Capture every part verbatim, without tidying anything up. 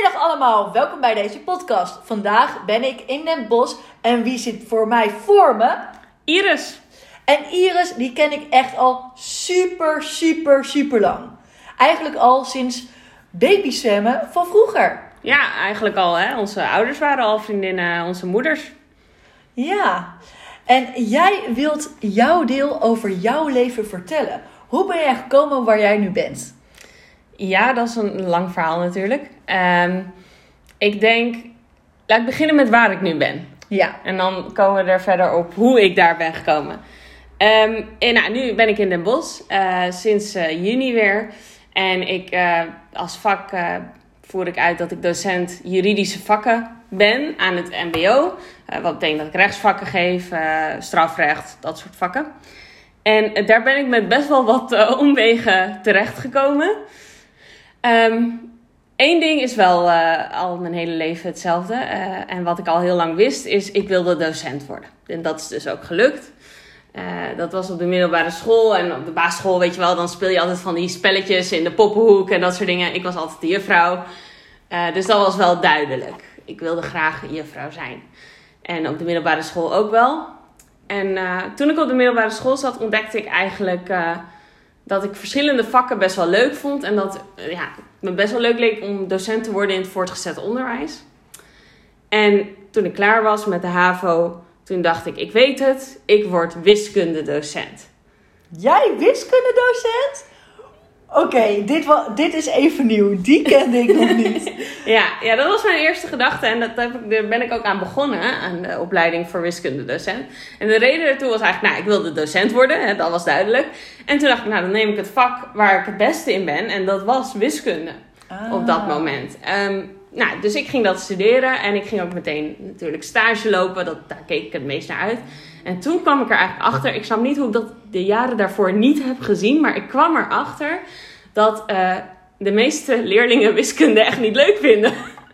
Goedemiddag allemaal, welkom bij deze podcast. Vandaag ben ik in Den Bosch en wie zit voor mij voor me? Iris. En Iris, die ken ik echt al super, super, super lang. Eigenlijk al sinds babyzwemmen van vroeger. Ja, eigenlijk al. Hè? Onze ouders waren al vriendinnen, onze moeders. Ja, en jij wilt jouw deel over jouw leven vertellen. Hoe ben jij gekomen waar jij nu bent? Ja, dat is een lang verhaal natuurlijk. Um, ik denk, laat ik beginnen met waar ik nu ben. Ja. En dan komen we er verder op hoe ik daar ben gekomen. Um, en nou, nu ben ik in Den Bosch, uh, sinds uh, juni weer. En ik, uh, als vak uh, voer ik uit dat ik docent juridische vakken ben aan het M B O. Uh, wat betekent dat ik rechtsvakken geef, uh, strafrecht, dat soort vakken. En uh, daar ben ik met best wel wat uh, omwegen terechtgekomen. Um, Eén ding is wel uh, al mijn hele leven hetzelfde. Uh, en wat ik al heel lang wist, is ik wilde docent worden. En dat is dus ook gelukt. Uh, dat was op de middelbare school. En op de basisschool, weet je wel, dan speel je altijd van die spelletjes in de poppenhoek en dat soort dingen. Ik was altijd de juffrouw. Uh, dus dat was wel duidelijk. Ik wilde graag een juffrouw zijn. En op de middelbare school ook wel. En uh, toen ik op de middelbare school zat, ontdekte ik eigenlijk Uh, dat ik verschillende vakken best wel leuk vond. En dat uh, ja, het me best wel leuk leek om docent te worden in het voortgezet onderwijs. En toen ik klaar was met de HAVO, toen dacht ik, ik weet het, ik word wiskundedocent. Jij wiskundedocent? Oké, okay, dit, dit is even nieuw. Die kende ik nog niet. ja, ja, dat was mijn eerste gedachte. En dat heb ik, daar ben ik ook aan begonnen, aan de opleiding voor wiskundedocent. En de reden ertoe was eigenlijk, nou, ik wilde docent worden. Hè, dat was duidelijk. En toen dacht ik, nou, dan neem ik het vak waar ik het beste in ben. En dat was wiskunde ah. op dat moment. Um, nou, dus ik ging dat studeren. En ik ging ook meteen natuurlijk stage lopen. Dat, daar keek ik het meest naar uit. En toen kwam ik er eigenlijk achter. Ik snap niet hoe ik dat de jaren daarvoor niet heb gezien. Maar ik kwam erachter dat uh, de meeste leerlingen wiskunde echt niet leuk vinden.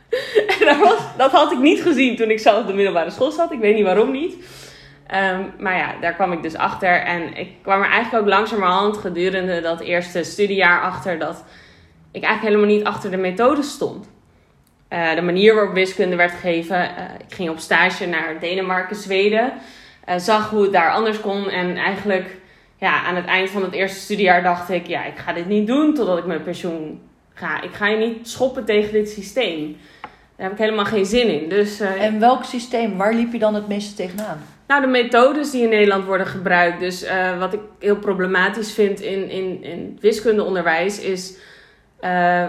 en dat, was, dat had ik niet gezien toen ik zelf op de middelbare school zat. Ik weet niet waarom niet. Um, maar ja, daar kwam ik dus achter. En ik kwam er eigenlijk ook langzamerhand gedurende dat eerste studiejaar achter dat ik eigenlijk helemaal niet achter de methode stond. Uh, de manier waarop wiskunde werd gegeven. Uh, ik ging op stage naar Denemarken, Zweden. Uh, zag hoe het daar anders kon. En eigenlijk ja, aan het eind van het eerste studiejaar dacht ik, ja, ik ga dit niet doen totdat ik mijn pensioen ga. Ik ga je niet schoppen tegen dit systeem. Daar heb ik helemaal geen zin in. Dus, uh, en welk systeem? Waar liep je dan het meeste tegenaan? Nou, de methodes die in Nederland worden gebruikt. Dus uh, wat ik heel problematisch vind in, in, in wiskundeonderwijs is uh,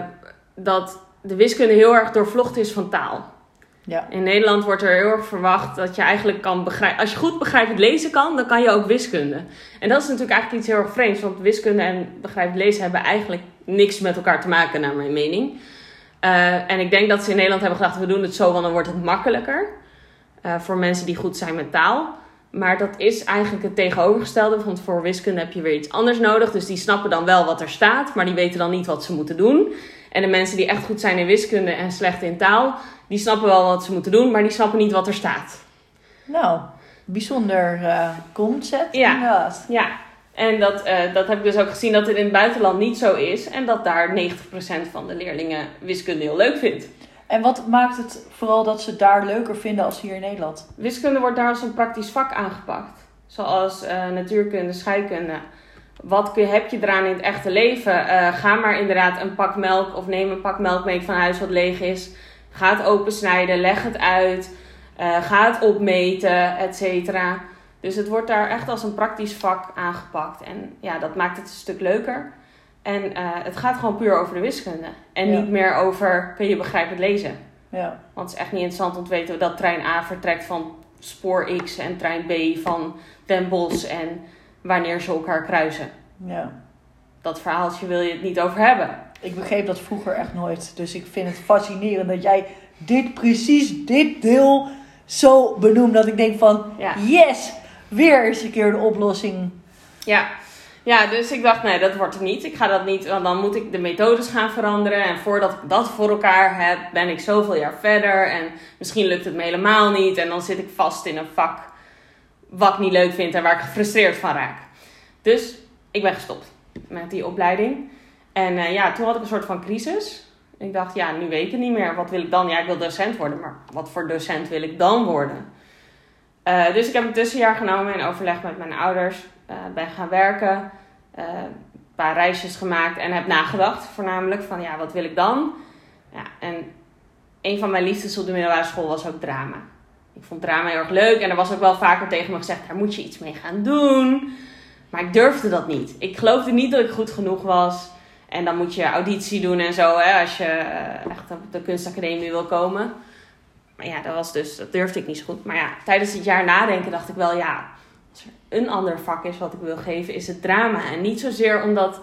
dat de wiskunde heel erg doorvlocht is van taal. Ja. In Nederland wordt er heel erg verwacht dat je eigenlijk kan begrijpen. Als je goed begrijpend lezen kan, dan kan je ook wiskunde. En dat is natuurlijk eigenlijk iets heel erg vreemds. Want wiskunde en begrijpend lezen hebben eigenlijk niks met elkaar te maken, naar mijn mening. Uh, en ik denk dat ze in Nederland hebben gedacht, we doen het zo, want dan wordt het makkelijker. Uh, voor mensen die goed zijn met taal. Maar dat is eigenlijk het tegenovergestelde. Want voor wiskunde heb je weer iets anders nodig. Dus die snappen dan wel wat er staat, maar die weten dan niet wat ze moeten doen. En de mensen die echt goed zijn in wiskunde en slecht in taal, die snappen wel wat ze moeten doen, maar die snappen niet wat er staat. Nou, bijzonder uh, concept ja, inderdaad. Ja, en dat, uh, dat heb ik dus ook gezien dat het in het buitenland niet zo is. En dat daar negentig procent van de leerlingen wiskunde heel leuk vindt. En wat maakt het vooral dat ze het daar leuker vinden als hier in Nederland? Wiskunde wordt daar als een praktisch vak aangepakt. Zoals uh, natuurkunde, scheikunde. Wat kun, heb je eraan in het echte leven? Uh, ga maar inderdaad een pak melk of neem een pak melk mee van huis wat leeg is. Ga het opensnijden, leg het uit. Uh, ga het opmeten, et cetera. Dus het wordt daar echt als een praktisch vak aangepakt. En ja, dat maakt het een stuk leuker. En uh, het gaat gewoon puur over de wiskunde. En ja. niet meer over, kun je begrijpend lezen. Ja. Want het is echt niet interessant om te weten dat trein A vertrekt van spoor X en trein B van Den Bosch en wanneer ze elkaar kruisen. Ja. Dat verhaaltje wil je het niet over hebben. Ik begreep dat vroeger echt nooit. Dus ik vind het fascinerend dat jij dit precies, dit deel zo benoemt. Dat ik denk van, ja. yes, weer eens een keer de oplossing. Ja. Ja, dus ik dacht, nee, dat wordt het niet. Ik ga dat niet, want dan moet ik de methodes gaan veranderen. En voordat ik dat voor elkaar heb, ben ik zoveel jaar verder. En misschien lukt het me helemaal niet. En dan zit ik vast in een vak wat ik niet leuk vind en waar ik gefrustreerd van raak. Dus ik ben gestopt met die opleiding. En uh, ja, toen had ik een soort van crisis. En ik dacht, ja, nu weet ik het niet meer. Wat wil ik dan? Ja, ik wil docent worden. Maar wat voor docent wil ik dan worden? Uh, dus ik heb een tussenjaar genomen in overleg met mijn ouders. Uh, ben gaan werken. Uh, een paar reisjes gemaakt. En heb nagedacht voornamelijk van, ja, wat wil ik dan? Ja, en een van mijn liefdes op de middelbare school was ook drama. Ik vond drama heel erg leuk. En er was ook wel vaker tegen me gezegd, daar moet je iets mee gaan doen. Maar ik durfde dat niet. Ik geloofde niet dat ik goed genoeg was. En dan moet je auditie doen en zo, hè, als je uh, echt op de kunstacademie wil komen. Maar ja, dat was dus, dat durfde ik niet zo goed. Maar ja, tijdens het jaar nadenken dacht ik wel, ja, als er een ander vak is wat ik wil geven, is het drama. En niet zozeer omdat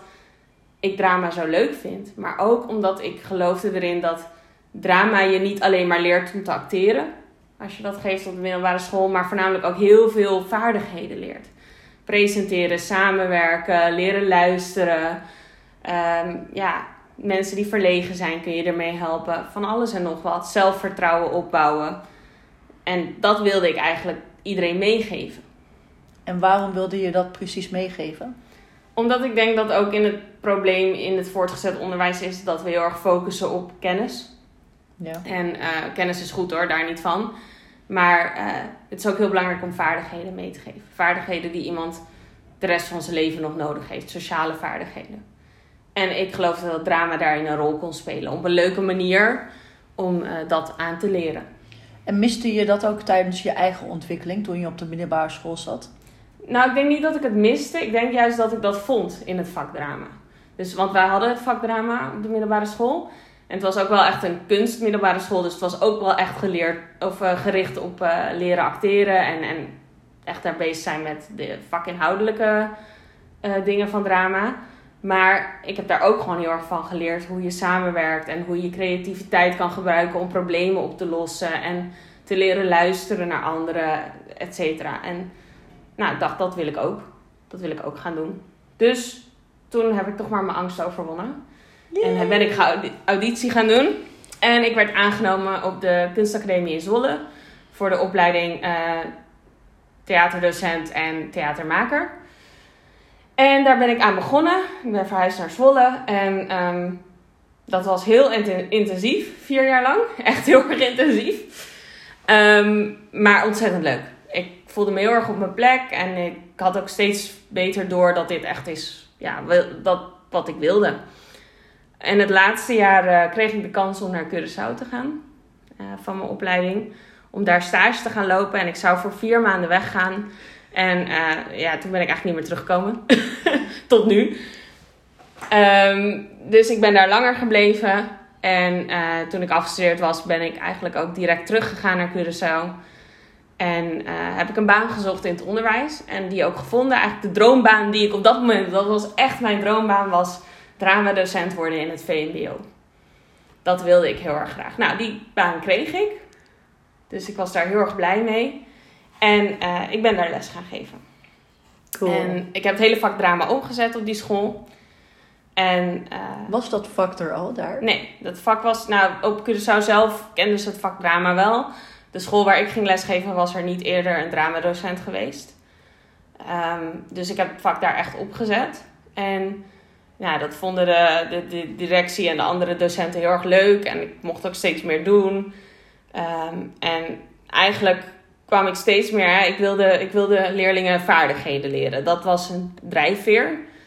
ik drama zo leuk vind, maar ook omdat ik geloofde erin dat drama je niet alleen maar leert om te acteren, als je dat geeft op de middelbare school, maar voornamelijk ook heel veel vaardigheden leert. Presenteren, samenwerken, leren luisteren. Um, ja, mensen die verlegen zijn kun je ermee helpen. Van alles en nog wat. Zelfvertrouwen opbouwen. En dat wilde ik eigenlijk iedereen meegeven. En waarom wilde je dat precies meegeven? Omdat ik denk dat ook in het probleem in het voortgezet onderwijs is dat we heel erg focussen op kennis. Ja. En uh, kennis is goed hoor, daar niet van. Maar uh, het is ook heel belangrijk om vaardigheden mee te geven. Vaardigheden die iemand de rest van zijn leven nog nodig heeft. Sociale vaardigheden. En ik geloofde dat drama daarin een rol kon spelen. Op een leuke manier om uh, dat aan te leren. En miste je dat ook tijdens je eigen ontwikkeling toen je op de middelbare school zat? Nou, ik denk niet dat ik het miste. Ik denk juist dat ik dat vond in het vak drama. Dus, want wij hadden het vak drama op de middelbare school. En het was ook wel echt een kunstmiddelbare school. Dus het was ook wel echt geleerd, of, uh, gericht op uh, leren acteren. En, en echt daar bezig zijn met de vakinhoudelijke uh, dingen van drama. Maar ik heb daar ook gewoon heel erg van geleerd hoe je samenwerkt. En hoe je creativiteit kan gebruiken om problemen op te lossen. En te leren luisteren naar anderen, et cetera. En nou, ik dacht, dat wil ik ook. Dat wil ik ook gaan doen. Dus toen heb ik toch maar mijn angst overwonnen. Yay. En ben ik auditie gaan doen. En ik werd aangenomen op de kunstacademie in Zwolle. Voor de opleiding uh, theaterdocent en theatermaker. En daar ben ik aan begonnen. Ik ben verhuisd naar Zwolle. En um, dat was heel int- intensief. Vier jaar lang. Echt heel erg intensief. Um, maar ontzettend leuk. Ik voelde me heel erg op mijn plek. En ik had ook steeds beter door dat dit echt is. Ja, dat wat ik wilde. En het laatste jaar uh, kreeg ik de kans om naar Curaçao te gaan. Uh, van mijn opleiding. Om daar stage te gaan lopen. En ik zou voor vier maanden weggaan. En uh, ja, toen ben ik eigenlijk niet meer teruggekomen. Tot nu. Um, dus ik ben daar langer gebleven. En uh, toen ik afgestudeerd was, ben ik eigenlijk ook direct teruggegaan naar Curaçao. En uh, heb ik een baan gezocht in het onderwijs. En die ook gevonden. Eigenlijk de droombaan die ik op dat moment, dat was echt mijn droombaan, was dramadocent worden in het V M B O. Dat wilde ik heel erg graag. Nou, die baan kreeg ik. Dus ik was daar heel erg blij mee. En uh, ik ben daar les gaan geven. Cool. En ik heb het hele vak drama omgezet op die school. En, uh, was dat vak er al daar? Nee, dat vak was... Nou, op Curaçao zelf kenden ze het vak drama wel. De school waar ik ging lesgeven was er niet eerder een dramadocent geweest. Um, dus ik heb het vak daar echt opgezet. En ja, dat vonden de, de, de directie en de andere docenten heel erg leuk. En ik mocht ook steeds meer doen. Um, en eigenlijk kwam ik steeds meer... Hè, ik, wilde, ik wilde leerlingen vaardigheden leren. Dat was een drijfveer.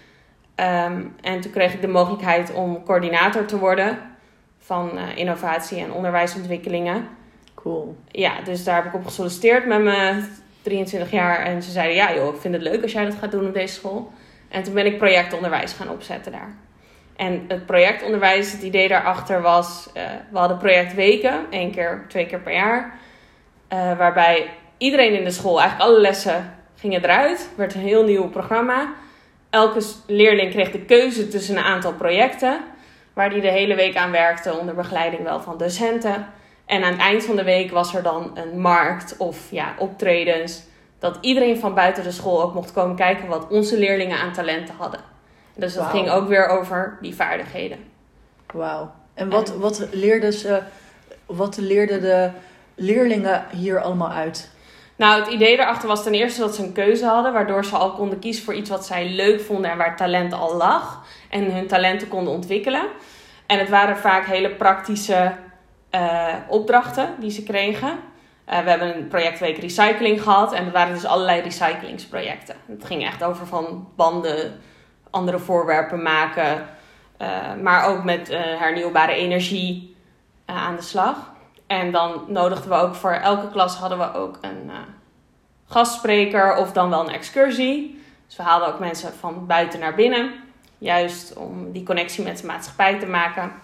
Um, en toen kreeg ik de mogelijkheid om coördinator te worden van uh, innovatie en onderwijsontwikkelingen. Cool. Ja, dus daar heb ik op gesolliciteerd met mijn drieëntwintig jaar. En ze zeiden, ja joh, ik vind het leuk als jij dat gaat doen op deze school. En toen ben ik projectonderwijs gaan opzetten daar. En het projectonderwijs, het idee daarachter was... Uh, we hadden projectweken, één keer, twee keer per jaar. Uh, waarbij iedereen in de school, eigenlijk alle lessen gingen eruit. Er werd een heel nieuw programma. Elke leerling kreeg de keuze tussen een aantal projecten. Waar die de hele week aan werkte onder begeleiding wel van docenten. En aan het eind van de week was er dan een markt of ja, optredens. Dat iedereen van buiten de school ook mocht komen kijken wat onze leerlingen aan talenten hadden. Dus dat wow. ging ook weer over die vaardigheden. Wauw. En wat, en wat leerden ze, wat leerden de leerlingen hier allemaal uit? Nou, het idee daarachter was ten eerste dat ze een keuze hadden. Waardoor ze al konden kiezen voor iets wat zij leuk vonden en waar talent al lag. En hun talenten konden ontwikkelen. En het waren vaak hele praktische uh, opdrachten die ze kregen. Uh, we hebben een projectweek recycling gehad. En dat waren dus allerlei recyclingsprojecten. Het ging echt over van banden, andere voorwerpen maken. Uh, maar ook met uh, hernieuwbare energie uh, aan de slag. En dan nodigden we ook voor elke klas hadden we ook een uh, gastspreker of dan wel een excursie. Dus we haalden ook mensen van buiten naar binnen. Juist om die connectie met de maatschappij te maken.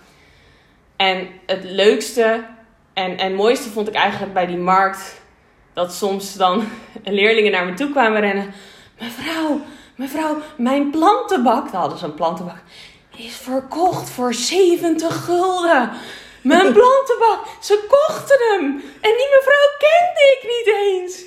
En het leukste en, en mooiste vond ik eigenlijk bij die markt. Dat soms dan leerlingen naar me toe kwamen rennen. Mevrouw, mevrouw, mijn plantenbak. Dan hadden ze een plantenbak. Is verkocht voor zeventig gulden. Mijn plantenbak. Ze kochten hem. En die mevrouw kende ik niet eens.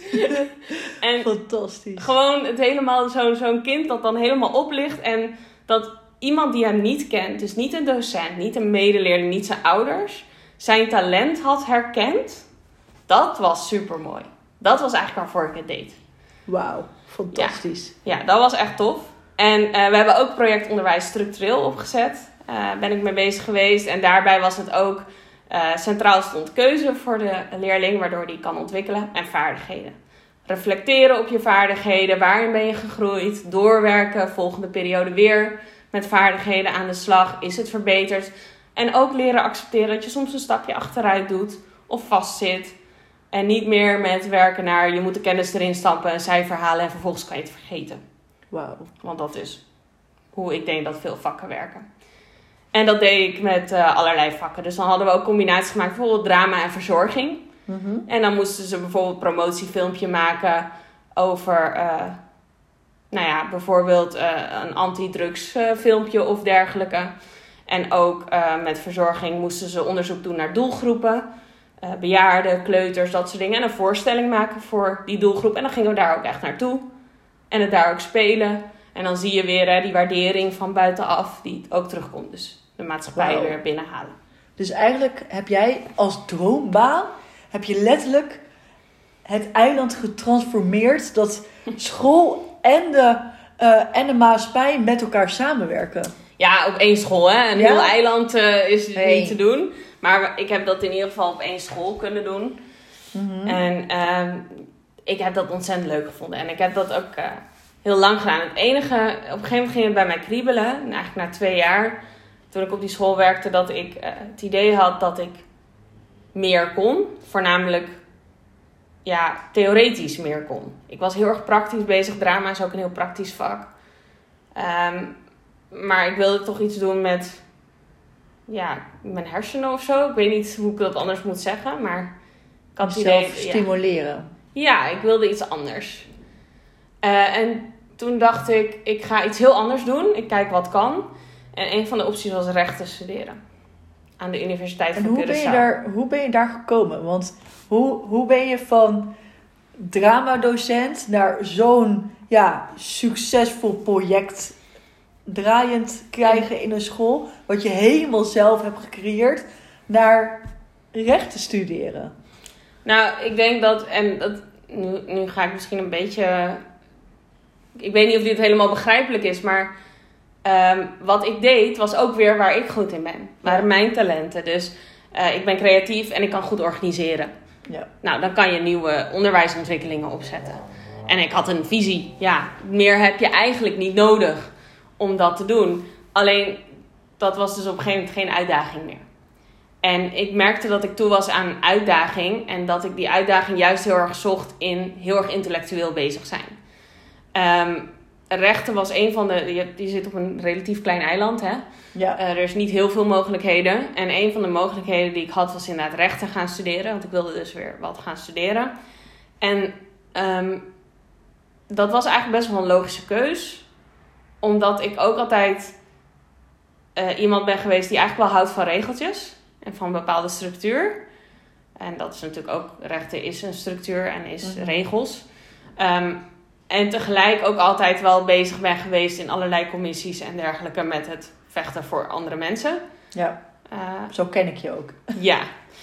En fantastisch. Gewoon het helemaal zo, zo'n kind dat dan helemaal oplicht. En dat iemand die hem niet kent. Dus niet een docent, niet een medeleerling, niet zijn ouders. Zijn talent had herkend. Dat was super mooi. Dat was eigenlijk waarvoor ik het deed. Wauw, fantastisch. Ja, ja, dat was echt tof. En uh, we hebben ook projectonderwijs structureel opgezet. Daar uh, ben ik mee bezig geweest. En daarbij was het ook uh, centraal stond keuze voor de leerling. Waardoor die kan ontwikkelen. En vaardigheden. Reflecteren op je vaardigheden. Waarin ben je gegroeid? Doorwerken. Volgende periode weer met vaardigheden aan de slag. Is het verbeterd? En ook leren accepteren dat je soms een stapje achteruit doet. Of vastzit. En niet meer met werken naar je moet de kennis erin stampen. Een cijfer halen. En vervolgens kan je het vergeten. Wauw. Want dat is hoe ik denk dat veel vakken werken. En dat deed ik met uh, allerlei vakken. Dus dan hadden we ook combinaties gemaakt. Bijvoorbeeld drama en verzorging. Mm-hmm. En dan moesten ze bijvoorbeeld een promotiefilmpje maken. Over, uh, nou ja, bijvoorbeeld uh, een antidrugs uh, filmpje of dergelijke. En ook uh, met verzorging moesten ze onderzoek doen naar doelgroepen. Uh, bejaarden, kleuters, dat soort dingen. En een voorstelling maken voor die doelgroep. En dan gingen we daar ook echt naartoe. En het daar ook spelen. En dan zie je weer hè, die waardering van buitenaf die ook terugkomt. Dus de maatschappij wow. weer binnenhalen. Dus eigenlijk heb jij als droombaan, heb je letterlijk het eiland getransformeerd. Dat school en de, uh, en de maatschappij met elkaar samenwerken. Ja, op één school. Hè? Een ja? heel eiland uh, is nee. niet te doen. Maar ik heb dat in ieder geval op één school kunnen doen. Mm-hmm. En uh, ik heb dat ontzettend leuk gevonden. En ik heb dat ook uh, heel lang gedaan. Het enige, op een gegeven moment ging het bij mij kriebelen. En eigenlijk na twee jaar, toen ik op die school werkte, dat ik uh, het idee had dat ik meer kon. Voornamelijk, ja, theoretisch meer kon. Ik was heel erg praktisch bezig. Drama is ook een heel praktisch vak. Um, maar ik wilde toch iets doen met, ja, mijn hersenen of zo. Ik weet niet hoe ik dat anders moet zeggen, maar ik had het idee, stimuleren. Ja, ik wilde iets anders. Uh, en toen dacht ik, ik ga iets heel anders doen. Ik kijk wat kan. En een van de opties was rechten studeren. Aan de Universiteit van Curaçao. En hoe ben je daar, hoe ben je daar gekomen? Want hoe, hoe ben je van dramadocent naar zo'n ja, succesvol project draaiend krijgen in een school, wat je helemaal zelf hebt gecreëerd, naar rechten studeren? Nou, ik denk dat, en dat, nu, nu ga ik misschien een beetje, ik weet niet of dit helemaal begrijpelijk is, maar um, wat ik deed was ook weer waar ik goed in ben. Waren mijn talenten. Dus uh, ik ben creatief en ik kan goed organiseren. Ja. Nou, dan kan je nieuwe onderwijsontwikkelingen opzetten. En ik had een visie. Ja, meer heb je eigenlijk niet nodig om dat te doen. Alleen, dat was dus op een gegeven moment geen uitdaging meer. En ik merkte dat ik toe was aan een uitdaging. En dat ik die uitdaging juist heel erg zocht in heel erg intellectueel bezig zijn. Um, rechten was een van de... Je, je zit op een relatief klein eiland, hè? Ja. Uh, er is niet heel veel mogelijkheden. En een van de mogelijkheden die ik had was inderdaad rechten gaan studeren. Want ik wilde dus weer wat gaan studeren. En um, dat was eigenlijk best wel een logische keus. Omdat ik ook altijd uh, iemand ben geweest die eigenlijk wel houdt van regeltjes. En van een bepaalde structuur. En dat is natuurlijk ook, rechten is een structuur en is mm-hmm. regels. Um, en tegelijk ook altijd wel bezig ben geweest in allerlei commissies en dergelijke met het vechten voor andere mensen. Ja, uh, zo ken ik je ook. Ja,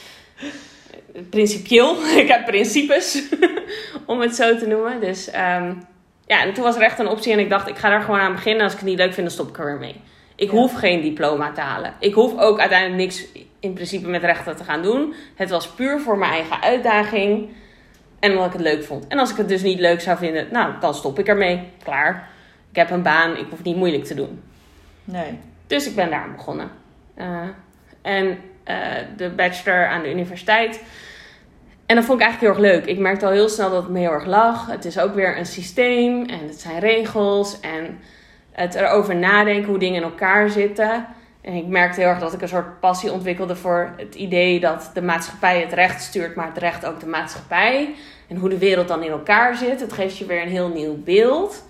principieel. Ik heb principes, om het zo te noemen. Dus um, ja, en toen was recht een optie en ik dacht, ik ga daar gewoon aan beginnen. Als ik het niet leuk vind, dan stop ik er weer mee. Ik Ja. hoef geen diploma te halen. Ik hoef ook uiteindelijk niks in principe met rechten te gaan doen. Het was puur voor mijn eigen uitdaging. En omdat ik het leuk vond. En als ik het dus niet leuk zou vinden, nou, dan stop ik ermee. Klaar. Ik heb een baan, ik hoef niet moeilijk te doen. Nee. Dus ik ben daar aan begonnen. Uh, en uh, de bachelor aan de universiteit. En dat vond ik eigenlijk heel erg leuk. Ik merkte al heel snel dat het me heel erg lag. Het is ook weer een systeem en het zijn regels en het erover nadenken hoe dingen in elkaar zitten. En ik merkte heel erg dat ik een soort passie ontwikkelde voor het idee dat de maatschappij het recht stuurt, maar het recht ook de maatschappij. En hoe de wereld dan in elkaar zit. Het geeft je weer een heel nieuw beeld.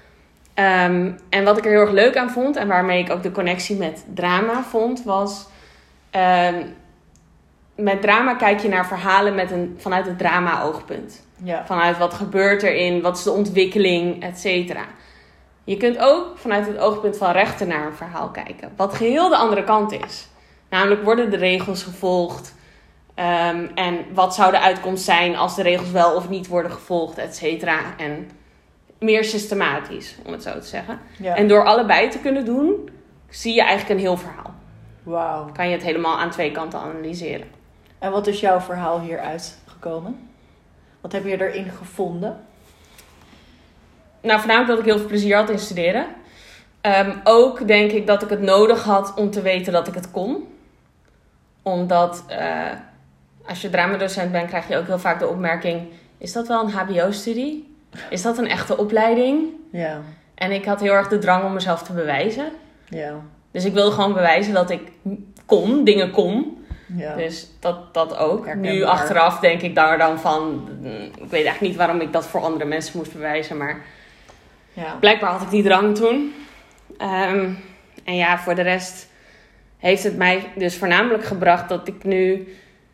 Um, en wat ik er heel erg leuk aan vond en waarmee ik ook de connectie met drama vond, was... Um, met drama kijk je naar verhalen met een, vanuit het drama-oogpunt. Ja. Vanuit wat gebeurt erin, wat is de ontwikkeling, et cetera. Je kunt ook vanuit het oogpunt van rechten naar een verhaal kijken. Wat geheel de andere kant is. Namelijk, worden de regels gevolgd? Um, en wat zou de uitkomst zijn als de regels wel of niet worden gevolgd, et cetera. En meer systematisch, om het zo te zeggen. Ja. En door allebei te kunnen doen, zie je eigenlijk een heel verhaal. Wauw. Kan je het helemaal aan twee kanten analyseren. En wat is jouw verhaal hieruit gekomen? Wat heb je erin gevonden? Nou, voornamelijk dat ik heel veel plezier had in studeren. Um, ook denk ik dat ik het nodig had om te weten dat ik het kon. Omdat uh, als je dramadocent bent, krijg je ook heel vaak de opmerking... Is dat wel een hbo-studie? Is dat een echte opleiding? Ja. En ik had heel erg de drang om mezelf te bewijzen. Ja. Dus ik wilde gewoon bewijzen dat ik kon, dingen kon. Ja. Dus dat, dat ook. Herkenbaar. Nu achteraf denk ik daar dan van... Ik weet eigenlijk niet waarom ik dat voor andere mensen moest bewijzen. Maar Ja. blijkbaar had ik die drang toen. Um, en ja, voor de rest heeft het mij dus voornamelijk gebracht... dat ik nu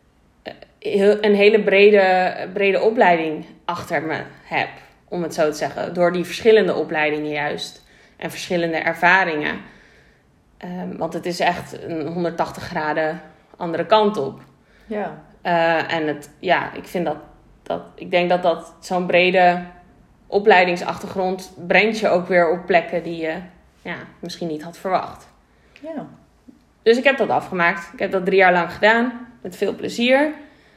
een hele brede, brede opleiding achter me heb. Om het zo te zeggen. Door die verschillende opleidingen juist. En verschillende ervaringen. Um, want het is echt een honderdtachtig graden andere kant op. Ja. Uh, en het, ja, ik vind dat, dat, ik denk dat dat zo'n brede opleidingsachtergrond brengt je ook weer op plekken die je ja, misschien niet had verwacht. Ja. Dus ik heb dat afgemaakt. Ik heb dat drie jaar lang gedaan. Met veel plezier.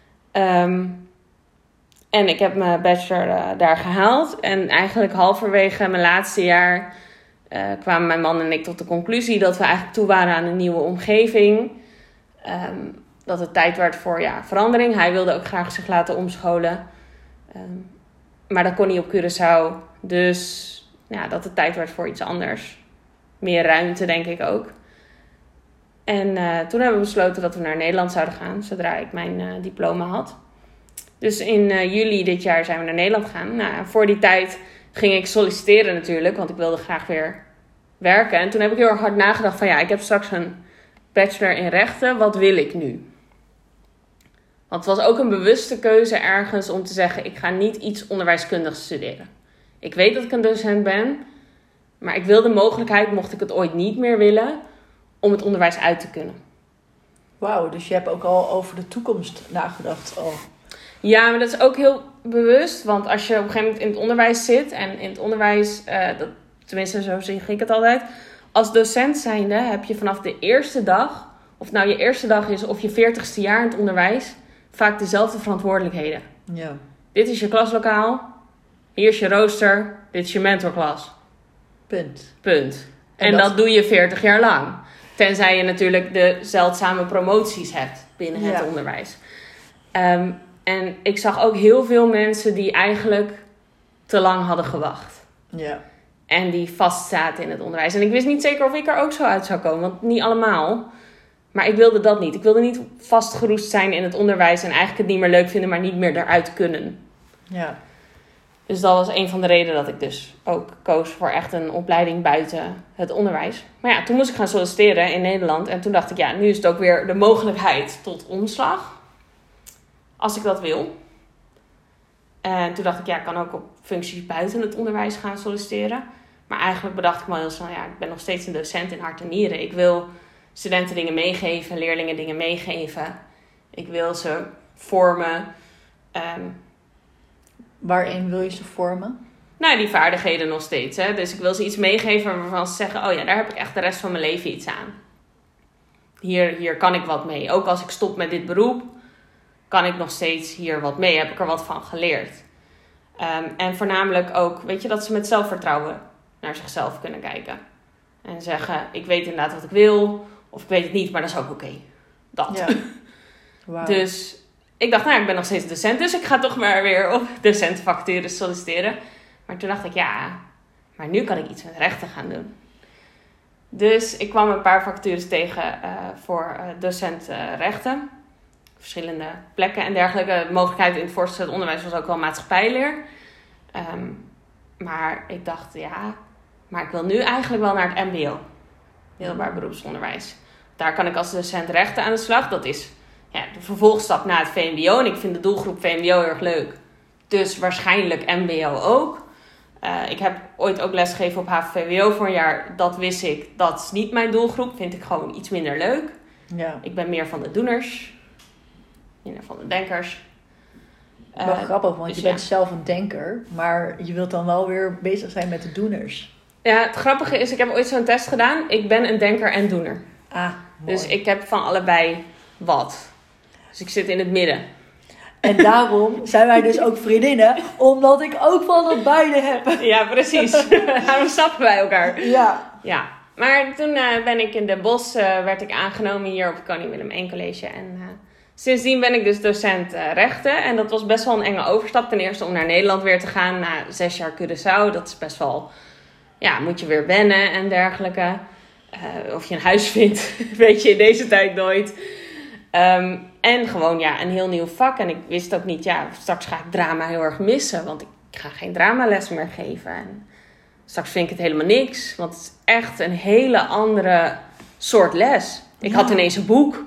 Um, en ik heb mijn bachelor uh, daar gehaald. En eigenlijk halverwege mijn laatste jaar uh, kwamen mijn man en ik tot de conclusie dat we eigenlijk toe waren aan een nieuwe omgeving. Um, dat het tijd werd voor ja, verandering. Hij wilde ook graag zich laten omscholen. Um, maar dat kon niet op Curaçao. Dus ja, dat het tijd werd voor iets anders. Meer ruimte, denk ik ook. En uh, toen hebben we besloten dat we naar Nederland zouden gaan. Zodra ik mijn uh, diploma had. Dus in uh, juli dit jaar zijn we naar Nederland gegaan. Nou, voor die tijd ging ik solliciteren natuurlijk. Want ik wilde graag weer werken. En toen heb ik heel erg hard nagedacht van ja, ik heb straks een bachelor in rechten. Wat wil ik nu? Want het was ook een bewuste keuze ergens om te zeggen... ik ga niet iets onderwijskundigs studeren. Ik weet dat ik een docent ben... maar ik wil de mogelijkheid, mocht ik het ooit niet meer willen... om het onderwijs uit te kunnen. Wauw, dus je hebt ook al over de toekomst nagedacht al. Ja, maar dat is ook heel bewust. Want als je op een gegeven moment in het onderwijs zit... en in het onderwijs, uh, dat, tenminste zo zeg ik het altijd... als docent zijnde heb je vanaf de eerste dag... of het nou je eerste dag is of je veertigste jaar in het onderwijs... vaak dezelfde verantwoordelijkheden. Ja. Dit is je klaslokaal. Hier is je rooster. Dit is je mentorklas. Punt. Punt. En, En dat... dat doe je veertig jaar lang. Tenzij je natuurlijk de zeldzame promoties hebt binnen het Ja. onderwijs. Um, en ik zag ook heel veel mensen die eigenlijk te lang hadden gewacht. Ja. En die vastzaten in het onderwijs. En ik wist niet zeker of ik er ook zo uit zou komen. Want niet allemaal. Maar ik wilde dat niet. Ik wilde niet vastgeroest zijn in het onderwijs. En eigenlijk het niet meer leuk vinden, maar niet meer eruit kunnen. Ja. Dus dat was een van de redenen dat ik dus ook koos voor echt een opleiding buiten het onderwijs. Maar ja, toen moest ik gaan solliciteren in Nederland. En toen dacht ik, ja, nu is het ook weer de mogelijkheid tot omslag. Als ik dat wil. En toen dacht ik, ja, ik kan ook op functies buiten het onderwijs gaan solliciteren. Maar eigenlijk bedacht ik me heel snel, ja, ik ben nog steeds een docent in hart en nieren. Ik wil studenten dingen meegeven, leerlingen dingen meegeven. Ik wil ze vormen. Um, Waarin wil je ze vormen? nou, die vaardigheden nog steeds. Hè? Dus ik wil ze iets meegeven waarvan ze zeggen, oh ja, daar heb ik echt de rest van mijn leven iets aan. Hier, hier kan ik wat mee. Ook als ik stop met dit beroep, kan ik nog steeds hier wat mee. Heb ik er wat van geleerd. Um, en voornamelijk ook, weet je, dat ze met zelfvertrouwen naar zichzelf kunnen kijken. En zeggen, ik weet inderdaad wat ik wil. Of ik weet het niet, maar dat is ook oké. Okay. Dat. Ja. Wow. Dus ik dacht, nou, ik ben nog steeds docent. Dus ik ga toch maar weer op docentenvacatures solliciteren. Maar toen dacht ik, ja, maar nu kan ik iets met rechten gaan doen. Dus ik kwam een paar vacatures tegen uh, voor uh, docent uh, rechten. Verschillende plekken en dergelijke. De mogelijkheid in het voortgezet onderwijs was ook wel maatschappijleer. Um, maar ik dacht, ja, maar ik wil nu eigenlijk wel naar het M B O. Middelbaar beroepsonderwijs. Daar kan ik als docent rechten aan de slag. Dat is ja, de vervolgstap naar het V M B O. En ik vind de doelgroep V M B O heel erg leuk. Dus waarschijnlijk M B O ook. Uh, ik heb ooit ook lesgegeven op H V V W O voor een jaar. Dat wist ik. Dat is niet mijn doelgroep. Vind ik gewoon iets minder leuk. Ja. Ik ben meer van de doeners. Minder van de denkers. Wel Uh, grappig, want dus je ja. bent zelf een denker. Maar je wilt dan wel weer bezig zijn met de doeners. Ja, het grappige is, ik heb ooit zo'n test gedaan. Ik ben een denker en doener. Ah, mooi. Dus ik heb van allebei wat. Dus ik zit in het midden. En daarom zijn wij dus ook vriendinnen. Omdat ik ook van dat beide heb. Ja, precies. Daarom snappen wij elkaar. Ja. Ja, maar toen uh, ben ik in Den Bosch, uh, werd ik aangenomen hier op het Koning Willem één College. En uh, sindsdien ben ik dus docent uh, rechten. En dat was best wel een enge overstap. Ten eerste om naar Nederland weer te gaan na zes jaar Curaçao. Dat is best wel, ja, moet je weer wennen en dergelijke. Uh, of je een huis vindt, weet je in deze tijd nooit. Um, en gewoon, ja, een heel nieuw vak. En ik wist ook niet, ja, straks ga ik drama heel erg missen. Want ik ga geen dramales meer geven. En straks vind ik het helemaal niks. Want het is echt een hele andere soort les. Ik Ja. had ineens een boek.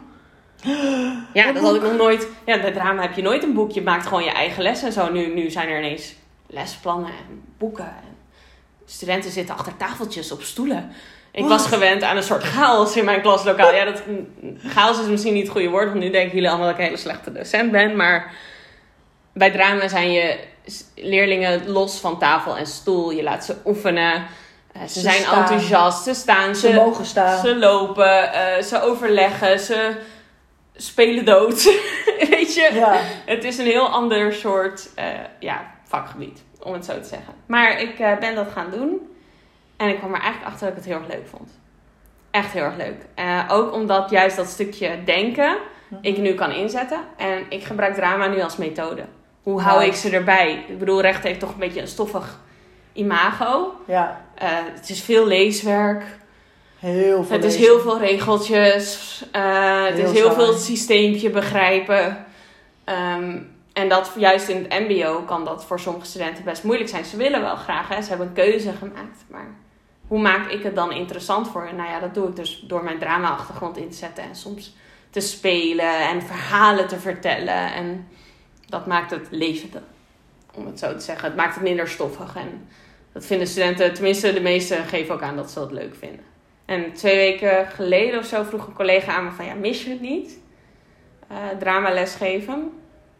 Ja, Een dat had ik boek? nog nooit. Ja, bij drama heb je nooit een boek. Je maakt gewoon je eigen les en zo. Nu, nu zijn er ineens lesplannen en boeken. En studenten zitten achter tafeltjes op stoelen. Ik was gewend aan een soort chaos in mijn klaslokaal. Ja, dat, chaos is misschien niet het goede woord. Want nu denken jullie allemaal dat ik een hele slechte docent ben. Maar bij drama zijn je leerlingen los van tafel en stoel. Je laat ze oefenen. Uh, ze, Ze zijn staan. enthousiast. Ze staan. Ze Ze, mogen staan. ze lopen. Uh, ze overleggen. Ze spelen dood. Weet je? Ja. Het is een heel ander soort uh, ja, vakgebied. Om het zo te zeggen. Maar ik uh, ben dat gaan doen. En ik kwam er eigenlijk achter dat ik het heel erg leuk vond. Echt heel erg leuk. Uh, ook omdat juist dat stukje denken ik nu kan inzetten. En ik gebruik drama nu als methode. Hoe hou Nice. ik ze erbij? Ik bedoel, recht heeft toch een beetje een stoffig imago. Ja. Uh, het is veel leeswerk. Heel veel Het is lezen. heel veel regeltjes. Uh, het Heel is heel saai. veel het systeempje begrijpen. Um, en dat juist in het M B O kan dat voor sommige studenten best moeilijk zijn. Ze willen wel graag, hè? Ze hebben een keuze gemaakt. Maar hoe maak ik het dan interessant voor hen? Nou ja, dat doe ik dus door mijn drama-achtergrond in te zetten. En soms te spelen en verhalen te vertellen. En dat maakt het levender, om het zo te zeggen. Het maakt het minder stoffig. En dat vinden studenten, tenminste de meesten geven ook aan dat ze dat leuk vinden. En twee weken geleden of zo vroeg een collega aan me van, ja, mis je het niet? Uh, dramales geven.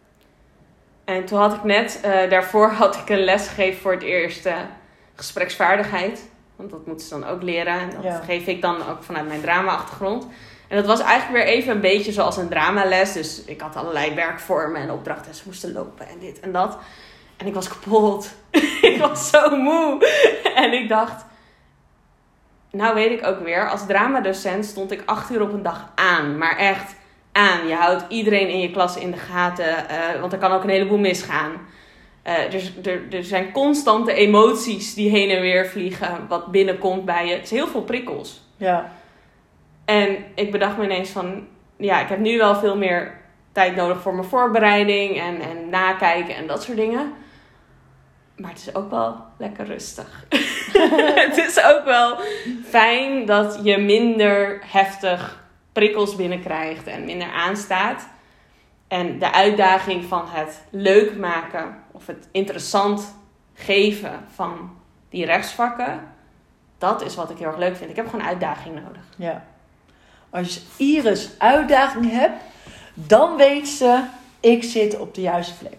En toen had ik net, uh, daarvoor had ik een les gegeven voor het eerst uh, gespreksvaardigheid. Want dat moeten ze dan ook leren. En dat Ja. geef ik dan ook vanuit mijn drama-achtergrond. En dat was eigenlijk weer even een beetje zoals een dramales. Dus ik had allerlei werkvormen en opdrachten. En ze moesten lopen en dit en dat. En ik was kapot. Ik was zo moe. En ik dacht, nou weet ik ook weer, als dramadocent stond ik acht uur op een dag aan. Maar echt aan. Je houdt iedereen in je klas in de gaten. Uh, want er kan ook een heleboel misgaan. Uh, dus er, er zijn constante emoties die heen en weer vliegen. Wat binnenkomt bij je. Het is heel veel prikkels. Ja. En ik bedacht me ineens van, ja, ik heb nu wel veel meer tijd nodig voor mijn voorbereiding. En, en nakijken en dat soort dingen. Maar het is ook wel lekker rustig. Het is ook wel fijn dat je minder heftig prikkels binnenkrijgt en minder aanstaat. En de uitdaging van het leuk maken of het interessant geven van die rechtsvakken, dat is wat ik heel erg leuk vind. Ik heb gewoon uitdaging nodig. Ja. Als Iris uitdaging hebt, dan weet ze, ik zit op de juiste plek.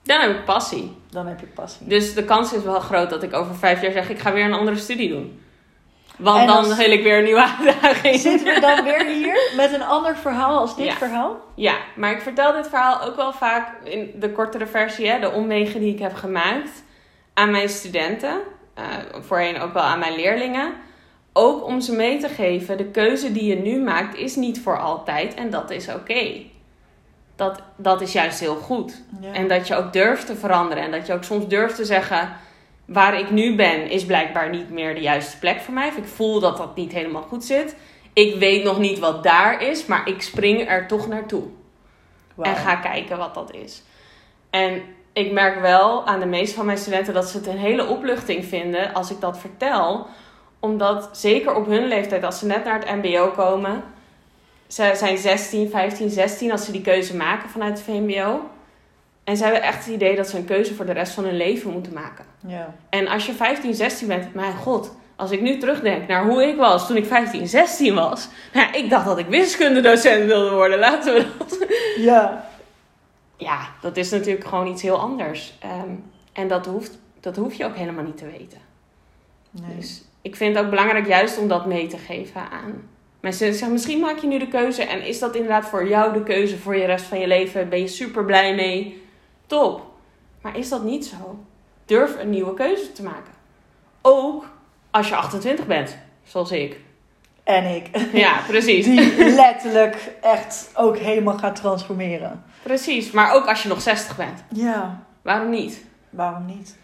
Dan heb ik passie. Dan heb je passie. Dus de kans is wel groot dat ik over vijf jaar zeg, ik ga weer een andere studie doen. Want en dan als... wil ik weer een nieuwe uitdaging. Zitten we dan weer hier met een ander verhaal als dit ja. verhaal? Ja, maar ik vertel dit verhaal ook wel vaak in de kortere versie, hè, de omwegen die ik heb gemaakt aan mijn studenten. Uh, voorheen ook wel aan mijn leerlingen. Ook om ze mee te geven, de keuze die je nu maakt is niet voor altijd en dat is oké. Okay. Dat, dat is juist heel goed. Ja. En dat je ook durft te veranderen en dat je ook soms durft te zeggen, waar ik nu ben is blijkbaar niet meer de juiste plek voor mij. Of ik voel dat dat niet helemaal goed zit. Ik weet nog niet wat daar is, maar ik spring er toch naartoe. Wow. En ga kijken wat dat is. En ik merk wel aan de meeste van mijn studenten dat ze het een hele opluchting vinden als ik dat vertel. Omdat zeker op hun leeftijd, als ze net naar het mbo komen, ze zijn zestien, vijftien, zestien als ze die keuze maken vanuit het V M B O. En ze hebben echt het idee dat ze een keuze voor de rest van hun leven moeten maken. Ja. En als je vijftien, zestien bent, mijn god, als ik nu terugdenk naar hoe ik was toen ik vijftien, zestien was. Nou, ik dacht dat ik wiskundedocent wilde worden, laten we dat. Ja. Ja, dat is natuurlijk gewoon iets heel anders. Um, en dat hoeft, dat hoef je ook helemaal niet te weten. Nee. Dus ik vind het ook belangrijk juist om dat mee te geven aan mensen. Zeggen, misschien maak je nu de keuze en is dat inderdaad voor jou de keuze voor je rest van je leven? Ben je super blij mee? Top. Maar is dat niet zo? Durf een nieuwe keuze te maken. Ook als je achtentwintig bent, zoals ik. En ik. Ja, precies. Die letterlijk echt ook helemaal gaat transformeren. Precies, maar ook als je nog zestig bent. Ja. Waarom niet? Waarom niet?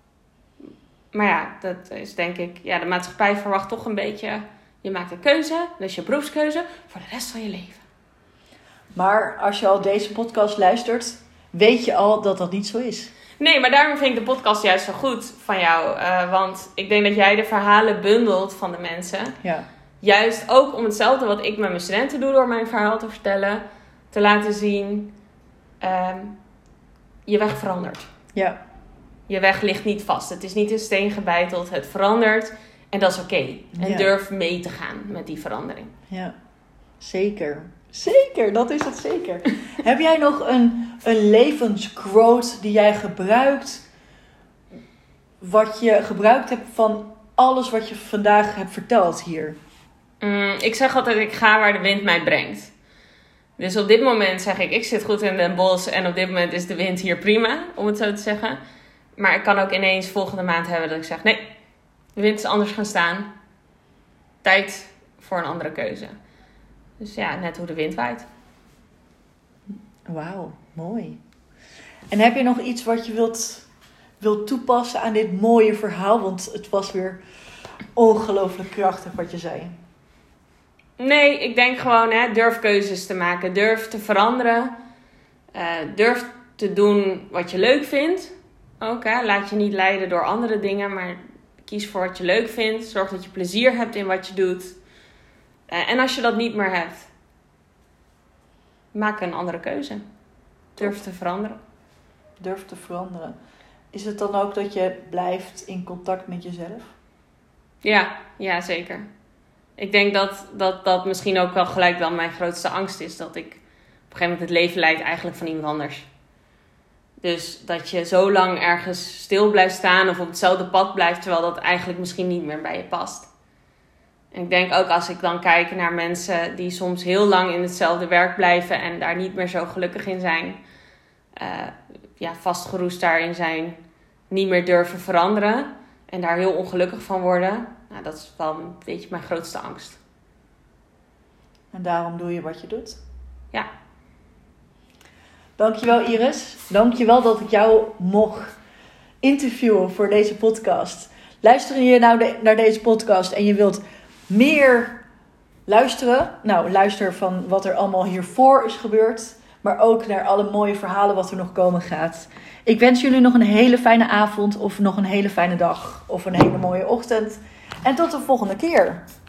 Maar ja, dat is denk ik... Ja, de maatschappij verwacht toch een beetje... Je maakt een keuze, dat is je beroepskeuze, voor de rest van je leven. Maar als je al deze podcast luistert, weet je al dat dat niet zo is. Nee, maar daarom vind ik de podcast juist zo goed van jou. Uh, want ik denk dat jij de verhalen bundelt van de mensen. Ja. Juist ook om hetzelfde wat ik met mijn studenten doe door mijn verhaal te vertellen. Te laten zien, um, je weg verandert. Ja. Je weg ligt niet vast. Het is niet in steen gebeiteld. Het verandert en dat is oké. Okay. En ja. durf mee te gaan met die verandering. Ja, zeker. Zeker, dat is het zeker. Heb jij nog een, een levensquote die jij gebruikt, wat je gebruikt hebt van alles wat je vandaag hebt verteld hier? Mm, ik zeg altijd, ik ga waar de wind mij brengt. Dus op dit moment zeg ik, ik zit goed in Den Bosch en op dit moment is de wind hier prima, om het zo te zeggen. Maar ik kan ook ineens volgende maand hebben dat ik zeg, nee, de wind is anders gaan staan. Tijd voor een andere keuze. Dus ja, net hoe de wind waait. Wauw, mooi. En heb je nog iets wat je wilt, wilt toepassen aan dit mooie verhaal? Want het was weer ongelooflijk krachtig wat je zei. Nee, ik denk gewoon, hè, durf keuzes te maken. Durf te veranderen. Uh, durf te doen wat je leuk vindt. Ook, hè, laat je niet leiden door andere dingen, maar kies voor wat je leuk vindt. Zorg dat je plezier hebt in wat je doet. Uh, en als je dat niet meer hebt, maak een andere keuze. Durf te veranderen. Durf te veranderen. Is het dan ook dat je blijft in contact met jezelf? Ja, ja zeker. Ik denk dat, dat dat misschien ook wel gelijk dan mijn grootste angst is. Dat ik op een gegeven moment het leven leid eigenlijk van iemand anders. Dus dat je zo lang ergens stil blijft staan of op hetzelfde pad blijft, terwijl dat eigenlijk misschien niet meer bij je past. En ik denk ook als ik dan kijk naar mensen die soms heel lang in hetzelfde werk blijven en daar niet meer zo gelukkig in zijn. Uh, ja, vastgeroest daarin zijn, niet meer durven veranderen en daar heel ongelukkig van worden. Nou, dat is wel een beetje mijn grootste angst. En daarom doe je wat je doet? Ja. Dankjewel Iris. Dankjewel dat ik jou mocht interviewen voor deze podcast. Luister je nou de, naar deze podcast en je wilt meer luisteren? Nou, luister van wat er allemaal hiervoor is gebeurd. Maar ook naar alle mooie verhalen wat er nog komen gaat. Ik wens jullie nog een hele fijne avond of nog een hele fijne dag. Of een hele mooie ochtend. En tot de volgende keer.